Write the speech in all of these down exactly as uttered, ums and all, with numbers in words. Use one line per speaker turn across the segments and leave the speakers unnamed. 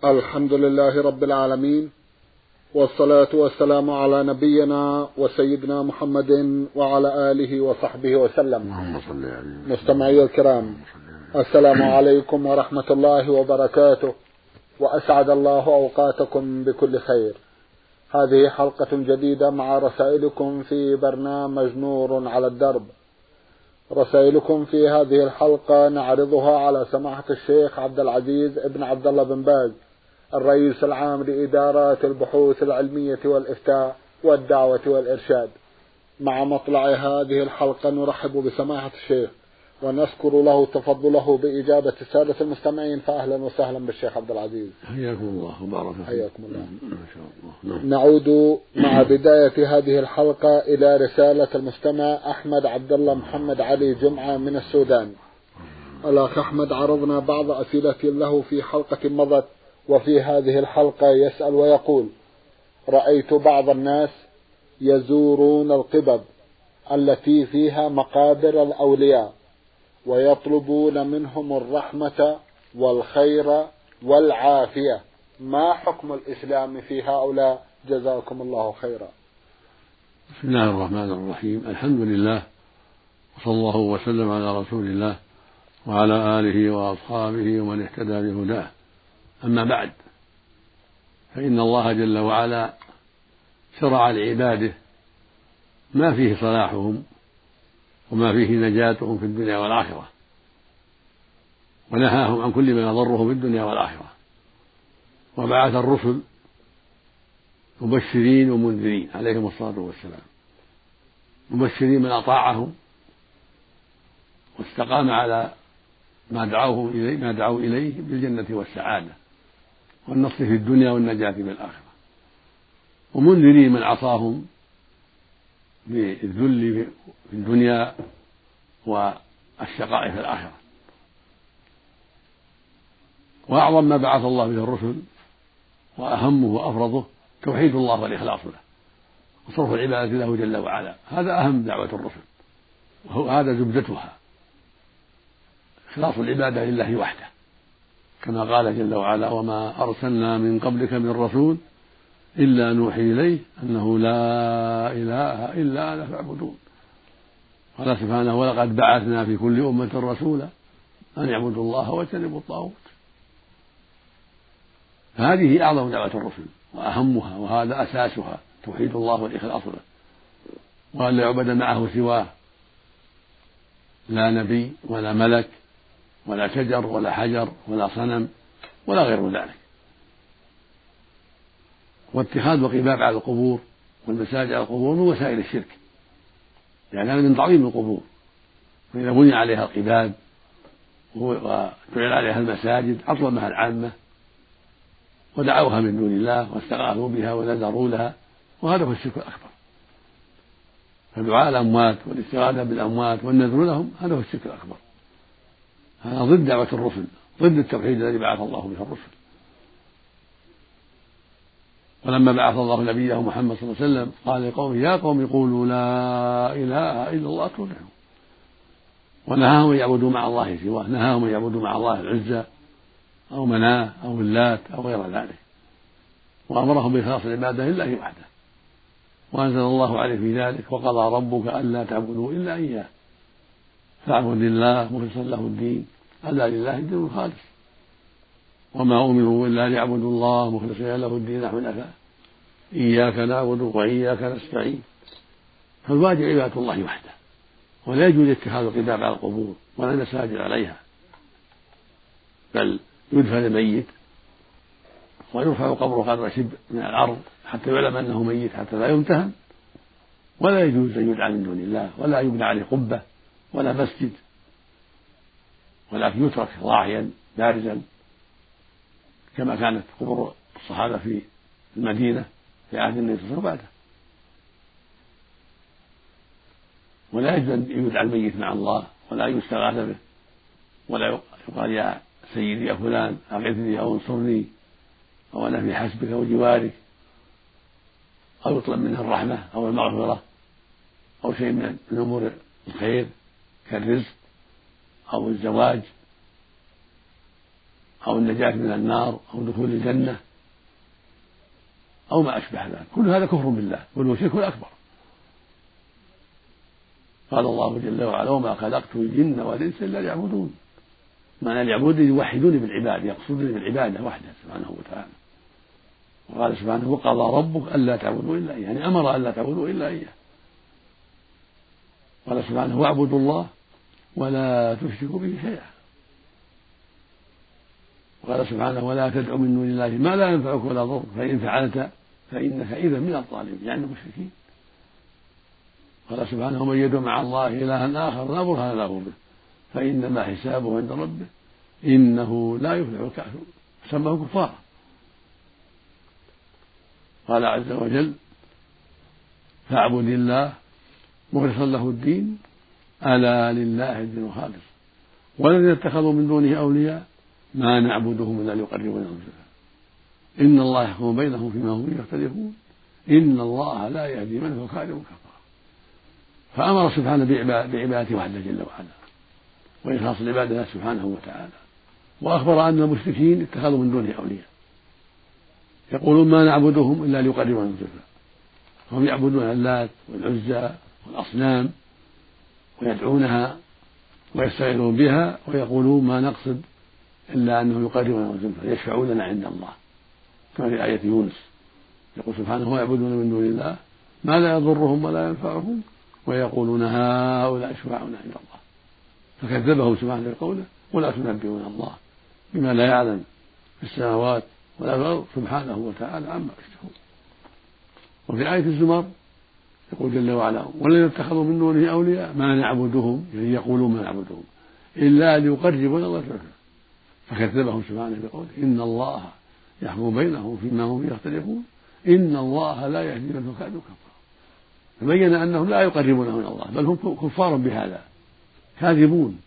الحمد لله رب العالمين، والصلاة والسلام على نبينا وسيدنا محمد وعلى آله وصحبه وسلم. مستمعي الكرام، السلام عليكم ورحمة الله وبركاته، وأسعد الله أوقاتكم بكل خير. هذه حلقة جديدة مع رسائلكم في برنامج نور على الدرب. رسائلكم في هذه الحلقة نعرضها على سماحة الشيخ عبد العزيز ابن عبد الله بن باز، الرئيس العام لإدارات البحوث العلمية والإفتاء والدعوة والإرشاد. مع مطلع هذه الحلقة نرحب بسماحة الشيخ ونذكر له تفضله بإجابة السادة المستمعين، فأهلا وسهلا بالشيخ عبد العزيز.
حياكم الله وبارك فيكم.
حياكم الله.
ما شاء الله. نعم.
نعود مع بداية هذه الحلقة إلى رسالة المستمع أحمد عبد الله محمد علي جمعة من السودان. الأخ أحمد عرضنا بعض أسئلة له في حلقة مضت، وفي هذه الحلقة يسأل ويقول: رأيت بعض الناس يزورون القبب التي فيها مقابر الأولياء ويطلبون منهم الرحمة والخير والعافية، ما حكم الإسلام في هؤلاء؟ جزاكم الله خيرا.
بسم الله الرحمن الرحيم، الحمد لله، وصلى الله وسلم على رسول الله وعلى آله وأصحابه ومن اهتدى بهداه. أما بعد، فإن الله جل وعلا شرع لعباده ما فيه صلاحهم وما فيه نجاتهم في الدنيا والآخرة، ونهاهم عن كل ما يضرهم في الدنيا والآخرة، وبعث الرسل مبشرين ومنذرين عليهم الصلاة والسلام. مبشرين من أطاعهم واستقام على ما دعوه إليه ما دعوا إليه بالجنة والسعادة والنصر في الدنيا والنجاة في الآخرة، ومنذرين من عصاهم بالذل في الدنيا والشقاء في الآخرة. وأعظم ما بعث الله به الرسل وأهمه وأفرضه توحيد الله والإخلاص له وصرف العبادة له جل وعلا. هذا أهم دعوة الرسل، وهذا زبدتها، إخلاص العبادة لله وحده، كما قال جل وعلا: وما أرسلنا من قبلك من رسول إلا نوحي إليه أنه لا إله إلا أنا فاعبدون. قال سبحانه: ولقد بعثنا في كل أمة رسولا أن يعبدوا الله واجتنبوا الطاغوت. فهذه أعظم دعوة الرسل وأهمها، وهذا أساسها توحيد الله والإخلاص له، وأن لا يعبد معه سواه، لا نبي ولا ملك ولا شجر ولا حجر ولا صنم ولا غير ذلك. واتخاذ القباب على القبور والمساجد على القبور من وسائل الشرك، يعني هذا من تعظيم القبور. فإذا بني عليها القباب وجعل عليها المساجد أظلمها العامة ودعوها من دون الله واستغاثوا بها ونذروا لها، وهذا هو الشرك الأكبر. فدعاء الأموات والاستغاثة بالأموات والنذر لهم هذا هو الشرك الأكبر. هذا ضد دعوة الرسل، ضد التوحيد الذي بعث الله به الرسل. ولما بعث الله نبيه محمد صلى الله عليه وسلم قال لقومه: يا قوم قولوا لا إله إلا الله تفلحوا. ونهاهم أن يعبدوا مع الله سواه، نهاهم أن يعبدوا مع الله العزى أو مناه أو اللات أو غير ذلك، وأمرهم بإخلاص العبادة لله وحده. وأنزل الله عليه في ذلك: وقضى ربك ألا تعبدوا إلا إياه فاعبد الله مخلصا له الدين ألا لله الدين الخالص وما أمروا إلا ليعبدوا الله مخلصين له الدين حنفاء إياك نعبد وإياك نستعين. فالواجب عبادة الله وحده، ولا يجوز اتخاذ القباب على القبور ولا المساجد عليها، بل يدفن الميت ويرفع قبره قدر شبر من الأرض حتى يعلم أنه ميت حتى لا يمتهن. ولا يجوز أن يدعى من دون الله، ولا يبنى عليه قبة ولا مسجد، ولكن يترك ضاحيا بارزا كما كانت قبور الصحابة في المدينة في عهد النبي صلى الله عليه وسلم بعده. ولا يجوز أن يدعى الميت مع الله ولا يستغاث به، ولا يقال: يا سيدي يا فلان أغثني أو انصرني أو أنا في حسبك وجوارك، أو يطلب منه الرحمة أو المغفرة أو شيء من أمور الخير كالرزق أو الزواج أو النجاة من النار أو دخول الجنة أو ما أشبه ذلك، كل هذا كفر بالله وهو شرك أكبر. قال الله جل وعلا: وما خلقت الجن والإنس إلا ليعبدون. معنى اليعبد يوحدوني بالعبادة، يقصدوني بالعبادة وحده سبحانه وتعالى. وقال سبحانه: وقضى ربك ألا تعبدوا إلا إياه، يعني أمر ألا تعبدوا إلا إياه. قال سبحانه: واعبدوا الله ولا تشركوا به شيئا. وقال سبحانه: ولا تدع من دون الله ما لا ينفعك ولا يضرك فإن فعلت فإنك إذا من الظالمين، يعني المشركين. قال سبحانه: ومن يدع مع الله إلها آخر لا برهان له به فإنما حسابه عند ربه إنه لا يفلح الكافرون، سماه كفارا. قال عز وجل: فاعبد الله مخلصا له الدين ألا لله الدين الخالص والذين اتخذوا من دونه أولياء ما نعبدهم إلا ليقربونا زلفى إن الله يحكم بينهم فيما هم فيه يختلفون إن الله لا يهدي من هو كاذب كفار. فأمر سبحانه بعبادته وحده جل وعلا وإخلاص العبادة له سبحانه وتعالى، وأخبر أن المشركين اتخذوا من دونه أولياء يقولون ما نعبدهم إلا ليقربونا زلفى، فهم يعبدون اللات والعزى والأصنام ويدعونها ويستغيثون بها ويقولون ما نقصد إلا أنه يقربنا زلفى يشفعون لنا عند الله، كما في آية يونس يقول سبحانه: ويعبدون من دون الله ما لا يضرهم ولا ينفعهم ويقولون هؤلاء شفعاؤنا عند الله، فكذبه سبحانه بقوله: ولا تنبئون الله بما لا يعلم في السماوات ولا في الأرض سبحانه وتعالى عما يشركون. وفي آية الزمر يقول جل وعلا: والذين اتخذوا من دونه أولياء ما نعبدهم، يعني يقولون ما نعبدهم إلا ليقربونا الله زلفى، فكذبهم سبحانه بقوله: إن الله يحكم بينهم فيما هم فيه يختلفون إن الله لا يهدي من هو كاذب كفار. فبين أنهم لا يقربونه من الله بل هم كفار بهذا كاذبون.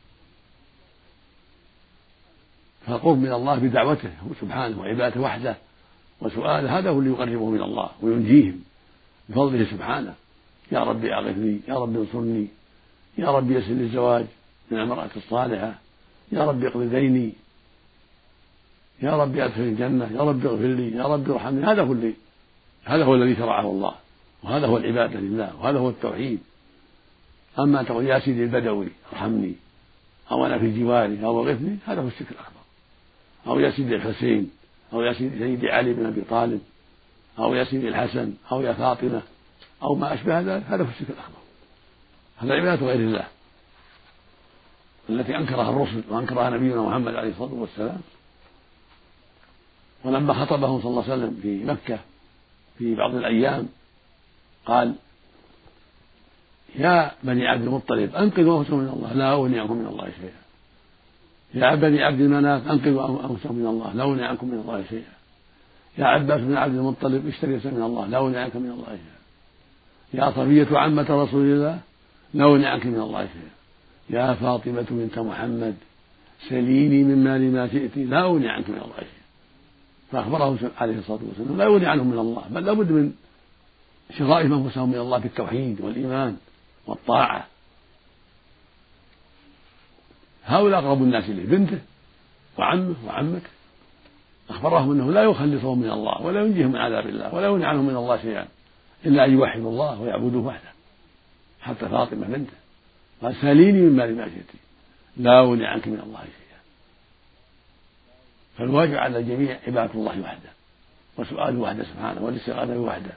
فالقرب من الله بدعوته سبحانه وعبادته وحده وسؤاله هذا هو اللي يقربه من الله وينجيهم بفضله سبحانه: يا رب أغثني، يا رب انصرني، يا رب يسر لي الزواج من المرأة الصالحة، يا رب اقض ديني، يا رب أدخل الجنة، يا رب اغفر لي، يا رب ارحمني. هذا هو اللي هذا هو الذي شرعه الله، وهذا هو العبادة لله، وهذا هو التوحيد. أما تقول يا سيدي البدوي ارحمني أو أنا في جواري أو اغثني، هذا هو الشرك الأكبر. أو يا سيدي الحسين أو يا سيدي علي بن أبي طالب أو يا سيدي الحسن أو يا فاطمة أو ما أشبه ذلك، هذا هو الشرك الأكبر. هذا عبادة غير الله التي أنكرها الرسل وأنكرها نبينا محمد عليه الصلاة والسلام. ولما خطبهم صلى الله عليه وسلم في مكة في بعض الأيام قال: يا بني عبد المطلب أنقذوا أنفسكم من الله لا أغني عنكم من الله شيئا، يا بني عبد المناف أنقذوا أنفسكم من الله لا أغني عنكم من الله شيئا، يا عباس بن عبد المطلب اشتريت من الله لا أغني عنك من الله شيئا، يا صفية عمة رسول الله لا أغني عنك من الله شيئا، يا فاطمة بنت محمد سليني من مال ما شئت لا أغني عنك من الله شيئا. فأخبره عليه الصلاة والسلام لا يغني عنهم من الله، بل لابد من شرائهم أنفسهم من الله بالتوحيد والإيمان والطاعة. هؤلاء أقرب الناس إليه، بنته وعمه وعمته، أخبرهم أنه لا يخلصهم من الله ولا ينجيهم من عذاب الله ولا يغني عنهم من الله شيئا إلا أن يوحدوا الله ويعبدوه وحده. حتى فاطمة بنته قال: ساليني من مال ما شئت لا أغني عنك من الله شيئا. فالواجب على الجميع عبادة الله وحده وسؤاله وحده سبحانه والاستغاثة وحده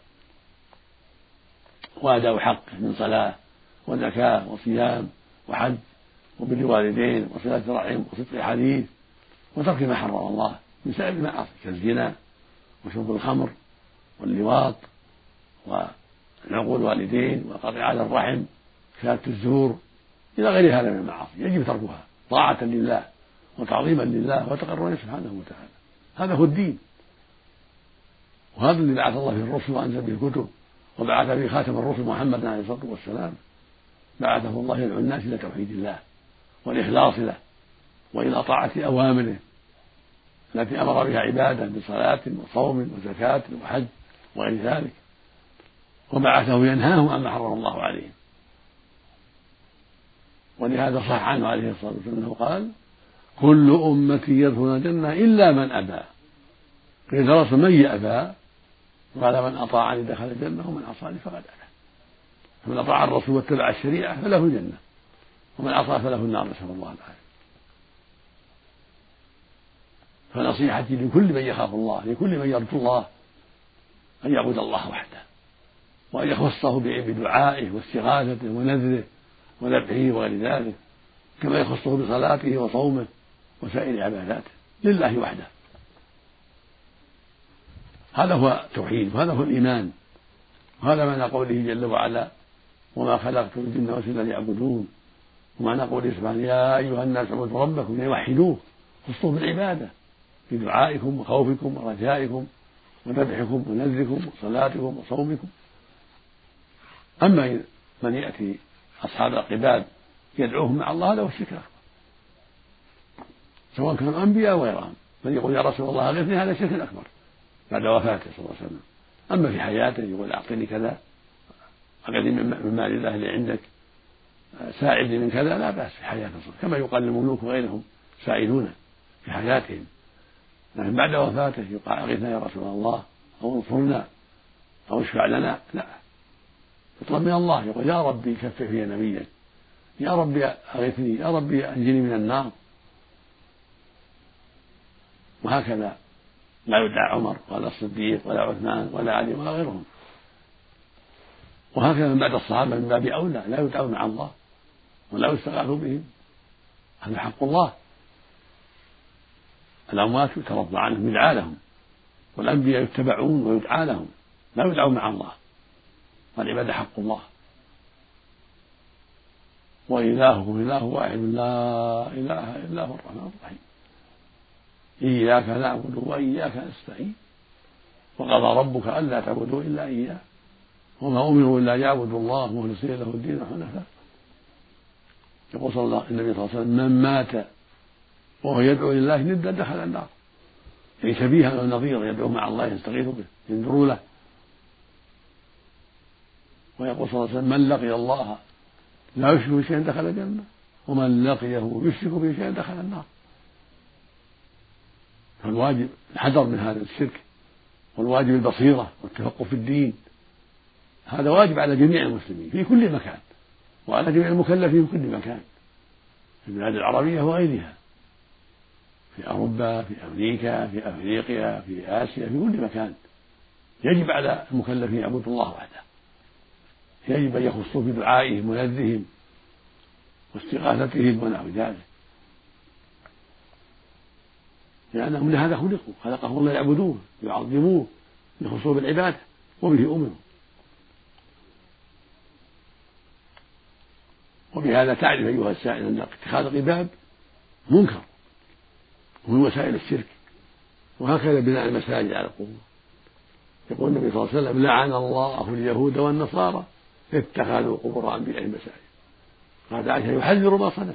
وأداء حقه من صلاة وزكاة وصيام وحج وبر والدين وصلة رحم وصدق حديث وترك ما حرم الله من سائر المعاصي كالزنا وشرب الخمر واللواط وعقوق الوالدين وقطيعة الرحم شهادة الزور إلى غير هذا من المعاصي يجب تركها طاعة لله وتعظيما لله وتقربا سبحانه وتعالى. هذا هو الدين، وهذا اللي بعث الله فيه الرسل وأنزل به الكتب وبعث به خاتم الرسل محمد عليه الصلاة والسلام. بعثه الله يدعو الناس إلى توحيد الله والإخلاص له وإلى طاعة أوامره التي أمر بها عباده بصلاة وصوم وزكاة وحج وغير ذلك، وبعثه ينهاهم عما حرم الله عليهم. ولهذا صح عنه عليه الصلاة والسلام أنه قال: كل أمتي يدخلون الجنة إلا من أبى. قيل رسول من يأبى؟ قال من أطاعني دخل الجنة ومن عصاني فقد أبى. فمن أطاع الرسول واتبع الشريعة فله الجنة، ومن عصى فله النار، نسأل الله العافية. فنصيحتي لكل من يخاف الله، لكل من يرجو الله، أن يعبد الله وحده، وأن يخصه بدعائه واستغاثته ونذره وذبحه وغير ذلك، كما يخصه بصلاته وصومه وسائر عباداته لله وحده. هذا هو التوحيد، وهذا هو الإيمان، وهذا معنى قوله جل وعلا: وما خلقت الجن والإنس إلا ليعبدون. ومعنى قوله سبحانه: يا أيها الناس اعبدوا ربكم ليوحدوه، خصوه بالعبادة بدعائكم وخوفكم ورجائكم وذبحكم ونذركم وصلاتكم وصومكم. أما من يأتي أصحاب القباب يدعوهم مع الله هذا هو الشرك الأكبر، سواء كانوا أنبياء وغيرهم. من يقول يا رسول الله أغثني هذا الشرك الأكبر بعد وفاته صلى الله عليه وسلم. أما في حياته يقول أعطني كذا، أغثني من مال الله اللي عندك، ساعدني من كذا، لا بأس في حياته، كما يقال للملوك وغيرهم سائلون في حياتهم. لكن بعد وفاته يقال أغثنا يا رسول الله، أو انصرنا، أو اشفع لنا، لا، يطلب من الله، يقول يا ربي كفف في نبيا، يا ربي أغثني، يا ربي أنجني من النار. وهكذا لا يدعى عمر ولا الصديق ولا عثمان ولا علي ولا غيرهم. وهكذا من بعد الصحابة من باب أولى لا يدعوا مع الله ولا يستغاث بهم، هذا حق الله. الأموات يترضى عنهم يدعى لهم، والأنبياء يتبعون ويدعى لهم، لا يدعوا مع الله، والعبادة حق الله. وإلهكم إله واحد لا إله إلا هو الرحمن الرحيم، إياك نعبد وإياك نستعين، وقضى ربك ألا تعبدوا إلا إياه وما أمروا إلا يعبدوا الله مخلصين له الدين حنفاء. يقول صلى الله النبي صلى الله عليه وسلم: من مات وهو يدعو لله ندا دخل النار، يعني شبيها له نظير يدعو مع الله يستغيث به ينذر له. ويقول صلى الله عليه وسلم: من لقي الله لا يشرك به شيئا دخل الجنة، ومن لقيه يشرك به شيئا دخل النار. فالواجب الحذر من هذا الشرك، والواجب البصيرة والتفقه في الدين. هذا واجب على جميع المسلمين في كل مكان، وعلى جميع المكلفين في كل مكان، في البلاد العربية وغيرها، في أوروبا، في أمريكا، في أفريقيا، في آسيا، في كل مكان. يجب على المكلفين يعبدوا الله وحده، يجب أن يخصوا بدعائهم ونذرهم واستغاثتهم ونحو ذلك، لأنهم لهذا خلقوا، خلقهم الله يعبدوه يعظموه يخصوه بالعبادة وبه أمروا. وبهذا تعرف أيها السائل أن اتخاذ القباب منكر ومن وسائل الشرك، وهكذا بناء المساجد على القبور. يقول النبي صلى الله عليه وسلم: لعن الله اليهود والنصارى اتخذوا قبور أنبيائهم مساجد. قال عائشة: يحذر ما صنعوا.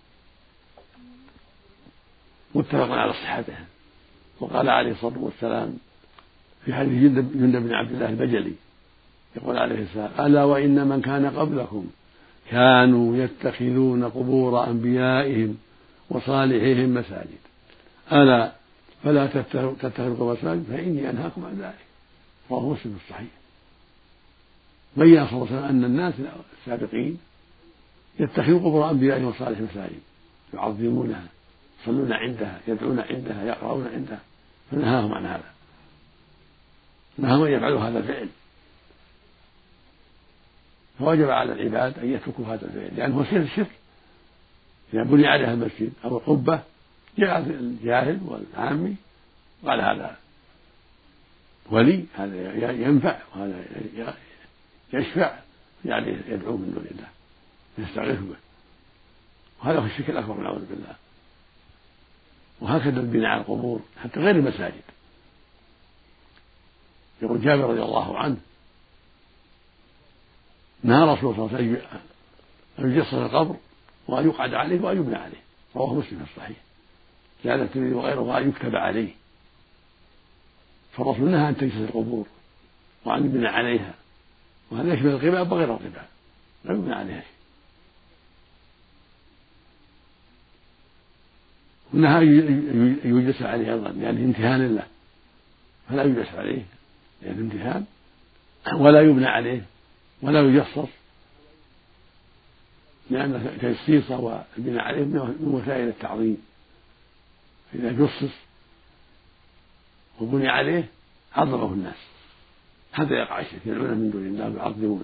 متفق على صحته. وقال عليه الصلاة والسلام في حديث جندب بن عبد الله البجلي يقول عليه السلام: ألا وإن من كان قبلكم كانوا يتخذون قبور أنبيائهم وصالحيهم مساجد، ألا فلا تتخذوا قبور مساجد فإني أنهاكم عن ذلك. رواه مسلم في الصحيح. بين صلى الله عليه وسلم أن الناس السابقين يتخذوا قبور أنبيائهم وصالحيهم مساجد، يعظمونها، يصلون عندها، يدعون عندها، يقرؤون عندها، فنهاهم عن هذا، نهاهم أن يفعلوا هذا الفعل. فوجب على العباد أن يتركوا هذا الفعل، لأنه هو سر الشرك. إذا بني عليها المسجد أو القبة جاء الجاهل والعامي قال هذا ولي، هذا ينفع وهذا يشفع، يعني يدعو من دون الله يستغيث به، وهذا هو الشرك الأكبر والعياذ بالله. وهكذا البناء على القبور حتى غير المساجد. يقول جابر رضي الله عنه: نهى رسول الله صلى الله عليه وسلم أن يجصص القبر وأن يقعد عليه وأن يبنى عليه. رواه مسلم في الصحيح. زاد الترمذي وغيره وأن يكتب عليه. فالرسول نهى أن تجصص القبور وأن يبنى عليها، وهذا يشمل القباب وغير القباب، لا يبنى عليها شيء. والنهار يجلس عليه أيضا يعني امتهان له، فلا يجلس عليه يعني امتهان، ولا يبنى عليه ولا يجصص، لأن التجصيص والبناء عليه من وسائل التعظيم، فإذا جصص وبني عليه عظمه الناس حتى يقع الشرك، يدعونه من دون الله ويعظمونه.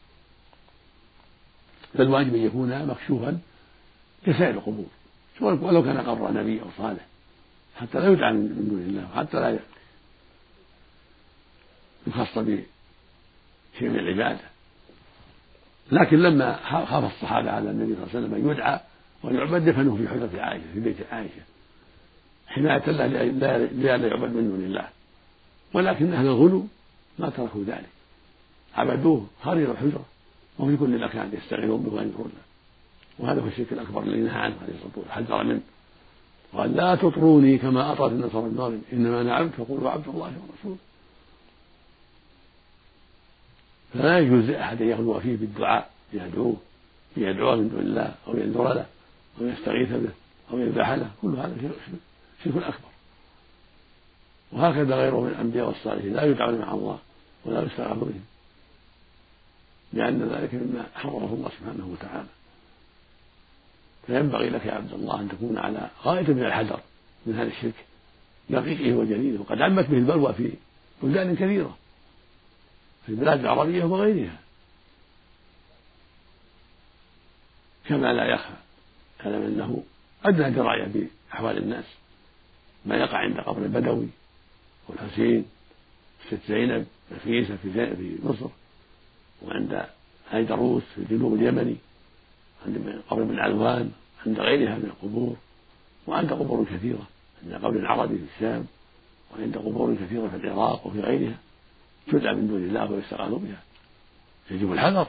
فالواجب أن يكون مكشوفا كسائر القبور ولو كان قبر نبي أو صالح، حتى لا يدعى من دون الله وحتى لا يخص بشيء من العبادة. لكن لما خاف الصحابة على النبي صلى الله عليه وسلم أن يدعى ويعبد دفنوه في حجرة عائشة في بيت عائشة حماية له لئلا يعبد من دون الله، ولكن أهل الغلو ما تركوا ذلك، عبدوه خارج الحجرة وفي كل مكان يستغيثون به وينكرون له، وهذا هو الشرك الأكبر الذي نهى عنه عليه الصلاة والسلام حذر منه، وقال لا تطروني كما أطرت النصارى ابن مريم إنما أنا عبد فقولوا عبد الله ورسوله. فلا يجوز لأحد أن يغلو فيه بالدعاء يدعوه يدعوه من دون الله أو ينذر له أو يستغيث به أو يذبح له، كل هذا شرك أكبر. وهكذا غيره من الأنبياء والصالحين لا يدعون مع الله ولا يستغاث بهم، لأن ذلك مما حرمه الله سبحانه وتعالى. فينبغي لك يا عبد الله أن تكون على غاية من الحذر من هذا الشرك دقيقه وجليله، وقد عمت به البلوى في بلدان كثيرة في البلاد العربية وغيرها، كما لا يخفى علم أنه أدنى دراية بأحوال الناس ما يقع عند قبر البدوي والحسين ست زينب نفيسة في مصر، وعند هيدروس في الجنوب اليمني، عند قبر ابن علوان، عند غيرها من القبور، وعند قبور كثيرة عند قبر العربي في الشام، وعند قبور كثيرة في العراق وفي غيرها تدعى من دون الله ويستغاث بها، يجب الحذر.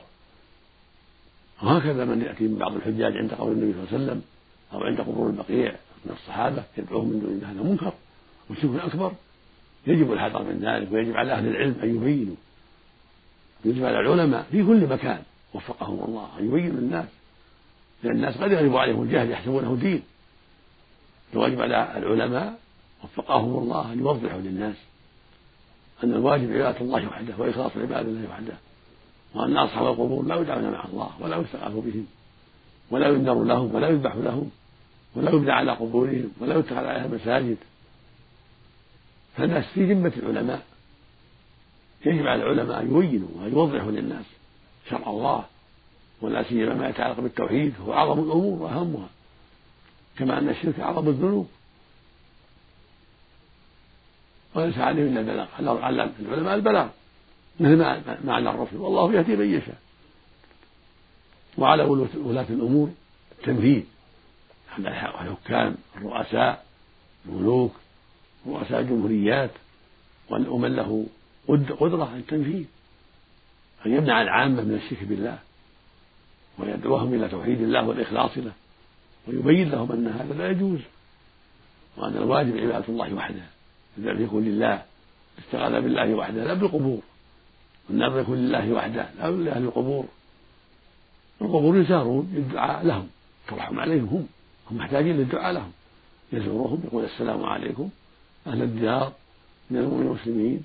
وهكذا من يأتي من بعض الحجاج عند قبر النبي صلى الله عليه وسلم أو عند قبور البقيع من الصحابة يدعوهم من دون الله، هذا منكر وشرك أكبر، يجب الحذر من ذلك، ويجب على أهل العلم أن يبينوا، يجب على العلماء في كل مكان وفقهم الله أن يبينوا الناس، لأن الناس قد يغلب عليهم الجهل يحسبونه دين. الواجب على العلماء وفقهم الله أن يوضحوا للناس أن الواجب عبادة الله وحده وإخلاص عبادة الله وحده، وأن أصحاب القبور لا يدعون مع الله ولا يستغاث بهم ولا ينذر لهم ولا يذبح لهم ولا يبنى على قبورهم ولا يتخذ عليها مساجد. فالناس في ذمة العلماء، يجب على العلماء أن يبينوا وأن يوضحوا للناس شرع الله، ولا سيما ما يتعلق بالتوحيد هو أعظم الأمور وأهمها، كما أن الشرك أعظم الذنوب، وليس عليهم إلا البلاغ، على العلماء البلاغ مثل ما معنى الرسل والله يهدي من يشاء، وعلى ولاة الأمور التنفيذ، الحكام الرؤساء الملوك رؤساء الجمهوريات ومن له قدرة على التنفيذ أن يمنع العامة من الشرك بالله ويدعوهم إلى توحيد الله والإخلاص له، ويبين لهم أن هذا لا يجوز، وأن الواجب عبادة الله وحده، الذبح يكون لله، الاستغاثة بالله وحده لا بالقبور، والنذر يكون لله وحده لا لأهل القبور. القبور يزارون يدعى لهم ترحم عليهم، هم هم محتاجين للدعاء لهم، يزورهم يقول السلام عليكم أهل الديار من المؤمنين والمسلمين،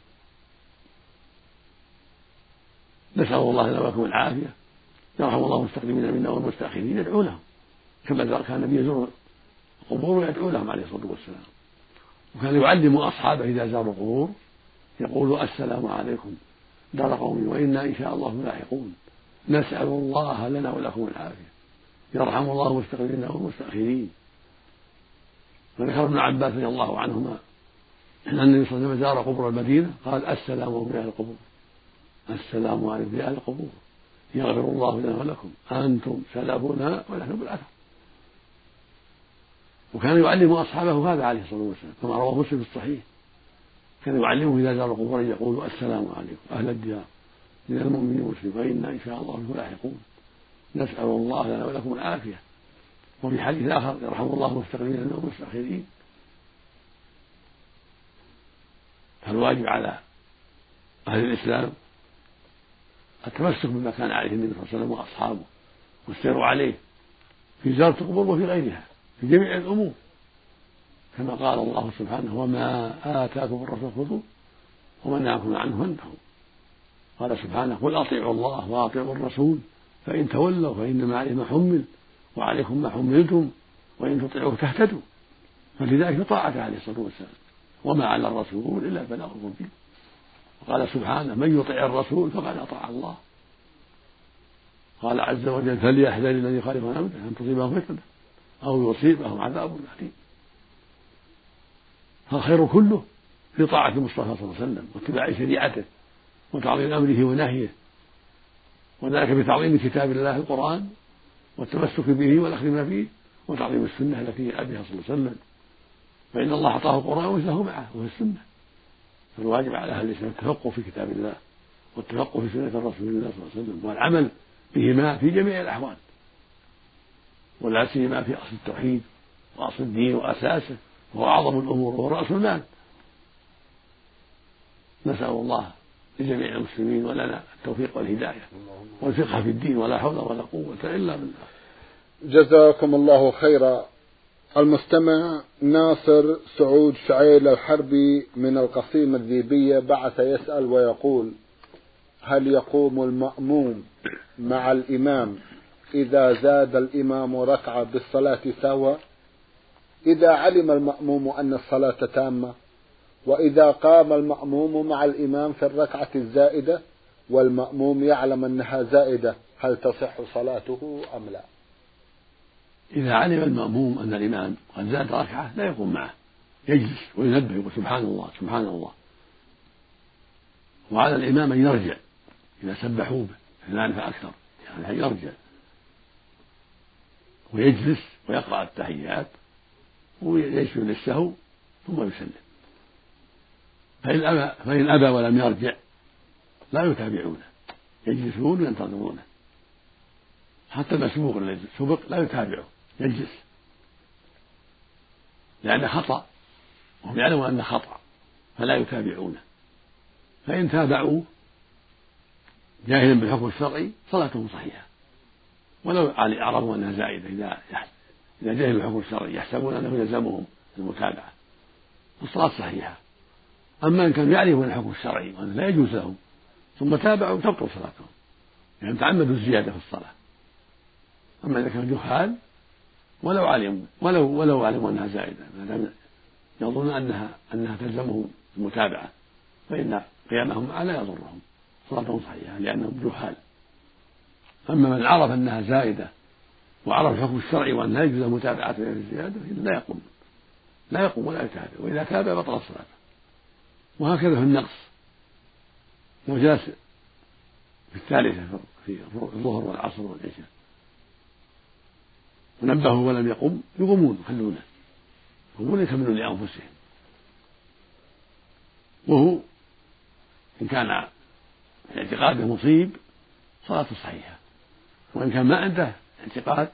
نسأل الله لنا ولكم العافية، يرحم الله المستقدمين منا والمستأخرين، يدعو لهم كما كان النبي يزور القبور ويدعو لهم عليه الصلاة والسلام. وكان يعلم أصحابه إذا زاروا القبور يقول السلام عليكم دار قوم وإنا إن شاء الله لاحقون، نسأل الله لنا ولكم العافية، يرحم الله المستقدمين والمستأخرين. وذكر ابن عباس رضي الله عنهما أن النبي صلى الله عليه وسلم زار قبور المدينة قال السلام عليكم يا أهل القبور، السلام عليكم يا أهل القبور، يغفر الله لنا ولكم أنتم سلفنا ونحن بالأثر. وكان يعلم أصحابه هذا عليه الصلاة والسلام كما رواه مسلم في الصحيح، كان يعلمهم إذا زاروا القبور يقول السلام عليكم أهل الديار من المؤمنين والمسلمين وإنا إن شاء الله بكم لاحقون، نسأل الله لنا ولكم العافية. وفي حديث آخر يرحم الله المستقدمين والمستأخرين. فالواجب على أهل الإسلام التمسك بما كان عليه النبي صلى الله عليه وسلم وأصحابه والسير عليه في زيارة القبور وفي غيرها في جميع الأمور، كما قال الله سبحانه وما آتاكم الرسول خذوه وما نهاكم عنه فانتهوا. قال سبحانه قل أطيعوا الله وأطيعوا الرسول فإن تولوا فإنما عليه ما حمل وعليكم ما حملتم وإن تطيعوه تهتدوا. فلذلك طاعته عليه الصلاة والسلام وما على الرسول إلا البلاغ المبين. وقال سبحانه من يطع الرسول فقد أطاع الله. قال عز وجل فليحذر الذي يخالف عن أمره أن تصيبهم فتنة أو يصيبهم عذاب أليم. فالخير كله في طاعة المصطفى صلى الله عليه وسلم واتباع شريعته وتعظيم أمره ونهيه، وذلك بتعظيم كتاب الله القرآن والتمسك به والأخذ ما فيه وتعظيم السنة التي جاء بها صلى الله عليه وسلم، فإن الله أعطاه القرآن ومثله معه وهو السنة. فالواجب على أهل الإسلام التفقه في كتاب الله والتفقه في سنة رسول الله صلى الله عليه وسلم والعمل بهما في جميع الأحوال، ولا سيما في أصل التوحيد وأصل الدين وأساسه وهو أعظم الأمور وهو رأس المال. نسأل الله لجميع المسلمين ولنا التوفيق والهداية والفقه في الدين، ولا حول ولا قوة إلا بالله.
جزاكم الله خيرا. المستمع ناصر سعود شعيل الحربي من القصيم الذيبية بعث يسأل ويقول: هل يقوم المأموم مع الإمام إذا زاد الإمام ركعة بالصلاة سهوا إذا علم المأموم أن الصلاة تامة، وإذا قام المأموم مع الإمام في الركعة الزائدة والمأموم يعلم أنها زائدة هل تصح صلاته أم لا؟
إذا علم المأموم أن الإمام قد زاد ركعة لا يقوم معه، يجلس وينبه يقول سبحان الله سبحان الله. وعلى الإمام أن يرجع إذا سبحوه اثنان فأكثر، يعني يرجع ويجلس ويقرأ التحيات ويسجد للسهو ثم يسلم. فإن أبى, فإن أبى ولم يرجع لا يتابعونه، يجلسون وينتظرونه. حتى المسبوق الذي سبق لا يتابعه، يجلس لأنه خطأ وهم يعلمون أنه خطأ فلا يتابعونه. فإن تابعوه جاهلا بالحكم الشرعي صلاتهم صحيحة، ولو أعرفوا أنها زائدة. إذا إذا جاهلوا بالحكم الشرعي يحسبون أنه يلزمهم المتابعة والصلاة صحيحة. أما إن كانوا يعرفون الحكم الشرعي وأنه لا يجوز لهم ثم تابعوا تبطل صلاتهم، يعني تعمدوا الزيادة في الصلاة. أما إذا كانوا جهال ولو علموا ولو ولو علموا أنها زائدة ما دام يظنون أنها أنها تلزمهم المتابعة فإن قيامهم معها لا يضرهم، صلاتهم صحيحة لأنهم جهال. أما من عرف أنها زائدة وعرف الحكم الشرعي وأن لا يجوز متابعة الزيادة لا يقوم لا يقوم ولا يتابع، وإذا تابع بطل الصلاة. وهكذا في النقص لو جلس في الثالثة في الظهر والعصر والعشاء ونبهوا ولم يقم يقومون يخلونه يقومون يكملون لأنفسهم. وهو إن كان اعتقاده مصيب صلاته صحيحة، وإن كان ما عنده اعتقاد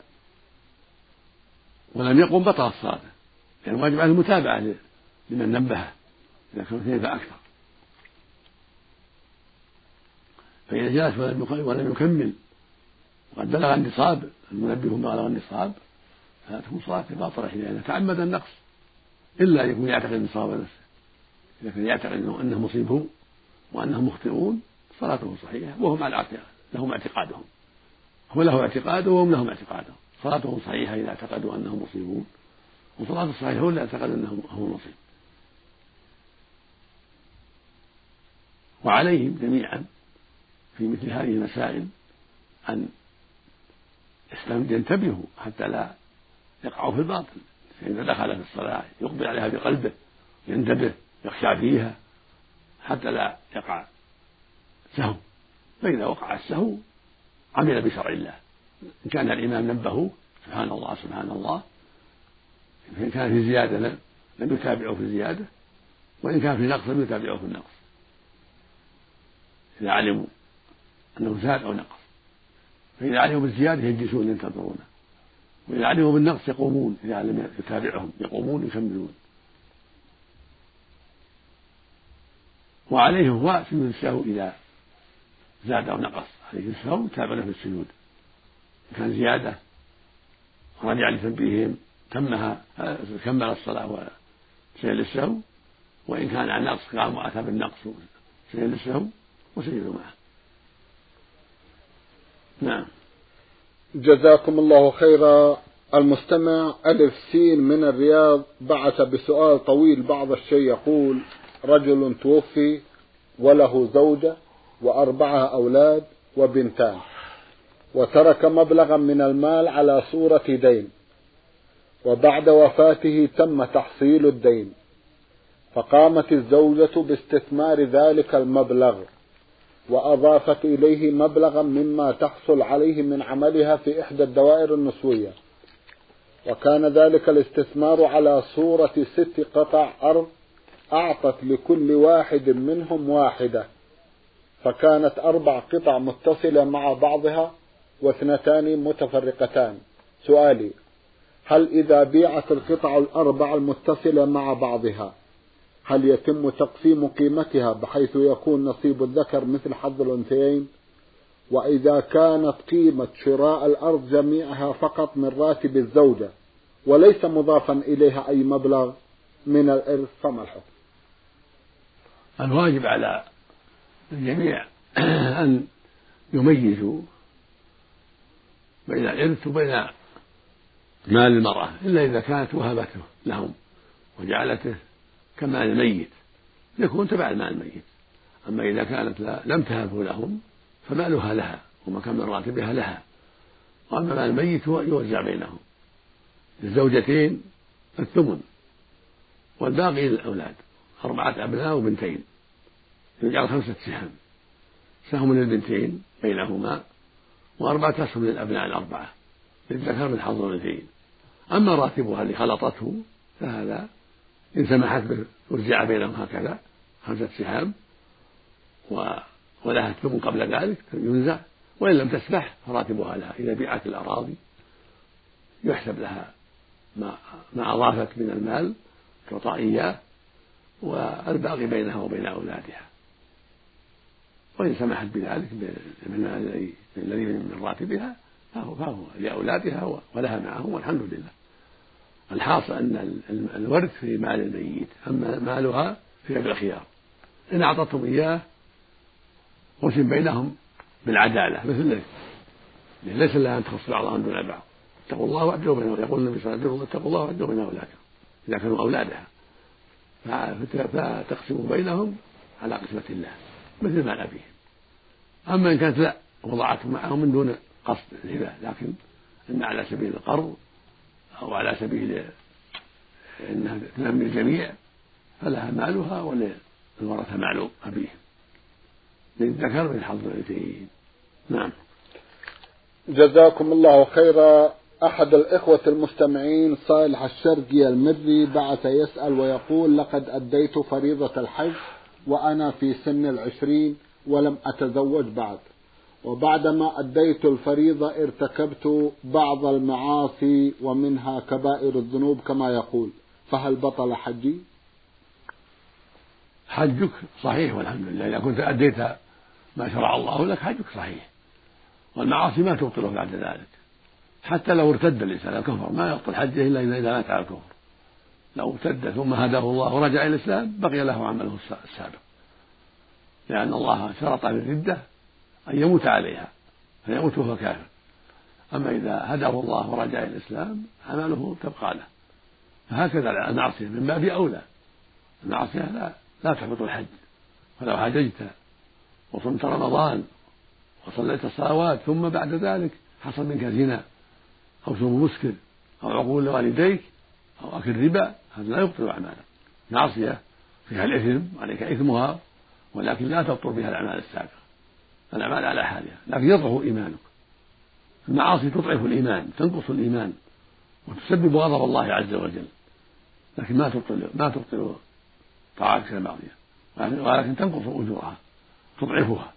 ولم يقم بطلت صلاته، لأن يعني واجب عليه المتابعة لمن نبهه إذا كانوا اثنين فأكثر. فإذا جلس ولم يكمل وقد بلغ النصاب المنبه بلغ النصاب فاتهم صلاته باطلة لأنه تعمد النقص، إلا أن يكون يعتقد النصاب نفسه. إذا كان يعتقد أنه مصيبه وأنهم مخطئون صلاته صحيحة وهم على الاعتقاد، لهم اعتقادهم، هو له اعتقاده وهم لهم اعتقادهم، صلاتهم صحيحة إذا اعتقدوا أنهم مصيبون، وصلاة الصحيحة هو اللي اعتقد أنه هو المصيب. وعليهم جميعا في مثل هذه المسائل أن ينتبهوا حتى لا يقعوا في الباطل. فإذا دخل في الصلاة يقبل عليها بقلبه ينتبه يخشى فيها حتى لا يقع سهو. فإذا وقع السهو عمل بشرع الله، إن كان الإمام نبهه سبحان الله سبحان الله، فإن كان في زيادة لم يتابعه في الزيادة، وإن كان في نقص لم يتابعه في النقص إذا علموا أنه زاد أو نقص. فإذا علموا بالزيادة يجلسون ينتظرونه، وإذا علموا بالنقص يقومون، إذا لم يتابعهم يقومون يكملون. وعليه هو سجود السهو إذا زاد أو نقص، عليه السهو تابع في السجود. إن كان زيادة رجع لتنبيههم تمها كمل الصلاة سجد للسهو، وإن كان عن نقص قام وأتى بالنقص سجد للسهو وسجد معه. نعم.
جزاكم الله خيرا. المستمع ألف سين من الرياض بعث بسؤال طويل بعض الشيء، يقول: رجل توفي وله زوجة وأربعة أولاد وبنتان، وترك مبلغا من المال على صورة دين، وبعد وفاته تم تحصيل الدين، فقامت الزوجة باستثمار ذلك المبلغ وأضافت إليه مبلغا مما تحصل عليه من عملها في إحدى الدوائر النسوية، وكان ذلك الاستثمار على صورة ست قطع أرض أعطت لكل واحد منهم واحدة، فكانت أربع قطع متصلة مع بعضها واثنتان متفرقتان. سؤالي: هل إذا بيعت القطع الأربع المتصلة مع بعضها هل يتم تقسيم قيمتها بحيث يكون نصيب الذكر مثل حظ الأنثيين؟ وإذا كانت قيمة شراء الأرض جميعها فقط من راتب الزوجة وليس مضافا إليها أي مبلغ من الإرث فما الحكم؟
الواجب على الجميع أن يميزوا بين الإرث وبين مال المرأة، إلا إذا كانت وهبته لهم وجعلته كمال الميت يكون تبع المال الميت. أما إذا كانت لم تهبه لهم فمالها لها ومكان من راتبها لها، وأما مال الميت هو يوزع بينهم. للزوجتين الثمن والباقي للأولاد، أربعة أبناء وبنتين يجعل خمسة سهام، سهم للبنتين بينهما وأربعة أسهم للأبناء الأربعة للذكر من حظ الأنثيين. أما راتبها اللي خلطته فهذا إن سمحت به توزع بينهم هكذا خمسة سهام ولها الثمن قبل ذلك ينزع، وإن لم تسمح فراتبها لها. إذا بيعت الأراضي يحسب لها ما, ما أضافت من المال تعطى إياه والباقي بينها وبين أولادها، وإن سمحت بذلك من الذي من راتبها فهو, فهو لأولادها ولها معهم والحمد لله. الحاصل أن الورث في مال الميت، أما مالها في يد الخيار. إن أعطتهم إياه قسم بينهم بالعدالة مثل ذلك، ليس لها أن تخص بعضهم دون بعض. اتقوا الله واعدلوا بينهم، يقول النبي صلى الله عليه وسلم: اتقوا الله واعدلوا بين أولادكم إذا كانوا أولادها، فتقسموا بينهم على قسمة الله مثل ما أبيهم. أما إن كانت لا وضعته معهم من دون قصد الهبة، لكن إن على سبيل القرض أو على سبيل أنها تنمي الجميع فلها مالها وللورثة مال أبيهم للذكر من حظ الأنثيين. نعم.
جزاكم الله خيرا. أحد الإخوة المستمعين صالح الشرقي المري بعث يسأل ويقول: لقد أديت فريضة الحج وأنا في سن العشرين ولم أتزوج بعد، وبعدما أديت الفريضة ارتكبت بعض المعاصي ومنها كبائر الذنوب كما يقول، فهل بطل حجي؟
حجك صحيح والحمد لله. إذا كنت أديت ما شرع الله لك حجك صحيح، والمعاصي ما تبطله بعد ذلك. حتى لو ارتد الإنسان الكفر ما يبطل حجه إلا إذا مات على الكفر. لو ارتد ثم هداه الله ورجع إلى الإسلام بقي له عمله السابق، لأن الله شرط للردة أن يموت عليها فيموت وهو كافر. أما إذا هداه الله ورجع إلى الإسلام عمله تبقى له. فهكذا المعصية من باب أولى. المعصية لا, لا تحبط الحج. فلو حججت وصمت رمضان وصليت الصلوات ثم بعد ذلك حصل منك زنا أو شرب مسكر أو عقول لوالديك أو أكل ربا، هذا لا يبطل أعمالك. معصية فيها الإثم عليك إثمها، ولكن لا تبطل بها الأعمال السابقة. الأعمال على حالها، لكن يضعف إيمانك. المعاصي تضعف الإيمان، تنقص الإيمان وتسبب غضب الله عز وجل، لكن ما تبطل ما تبطل طاعتك الماضية، ولكن تنقص أجورها تضعفها.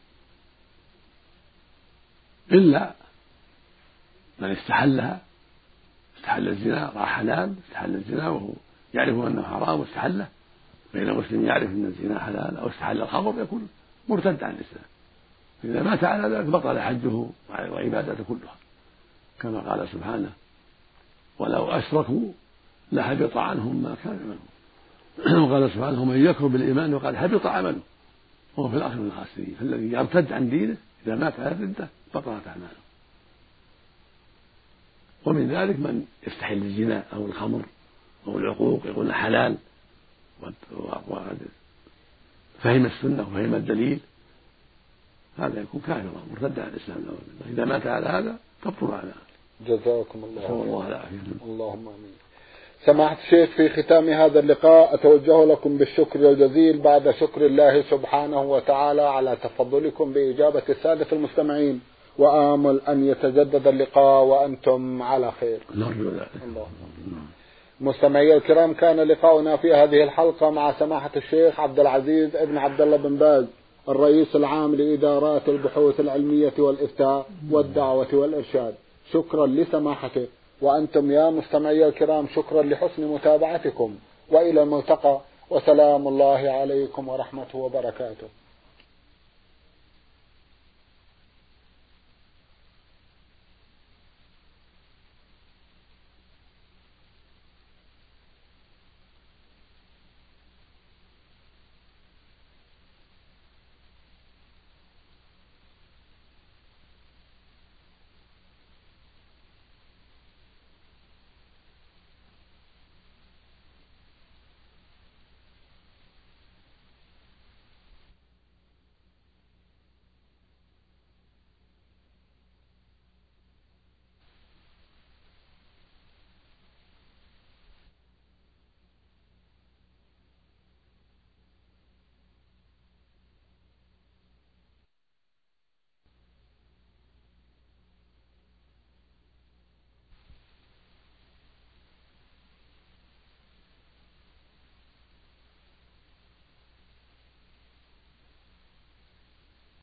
إلا من استحلها، استحل الزنا رأى حلال، استحل الزنا وهو يعرف أنه حرام واستحله، بين مسلم يعرف أن الزنا حلال أو استحل الخمر يكون مرتد عن الإسلام. إذا مات على ذلك بطل حجه وعبادته كلها، كما قال سبحانه: ولو أشركوا لحبط عنهم ما كانوا يعملون. وقال سبحانه ومن يكفر بالإيمان وقد حبط عمله وهو في الآخرة من الخاسرين. فالذي يرتد عن دينه إذا مات على الردة بطلت أعماله. ومن ذلك من يستحل الزنا أو الخمر أو العقوق يقول حلال وفهم السنة وفهم الدليل، هذا يكون كافرا مرتد عن الإسلام. إذا مات على هذا تبطل أعماله.
جزاكم الله
خيرا. الله العافية.
اللهم آمين. سماحة الشيخ، في ختام هذا اللقاء أتوجه لكم بالشكر الجزيل بعد شكر الله سبحانه وتعالى على تفضلكم بإجابة السادة المستمعين، وآمل أن يتجدد اللقاء وأنتم على خير.
نرجو ذلك.
مستمعي الكرام، كان لقاؤنا في هذه الحلقة مع سماحة الشيخ عبد العزيز ابن عبد الله بن باز، الرئيس العام لإدارات البحوث العلمية والإفتاء والدعوة والإرشاد. شكرا لسماحته، وأنتم يا مستمعي الكرام شكرا لحسن متابعتكم، وإلى الملتقى، وسلام الله عليكم ورحمته وبركاته.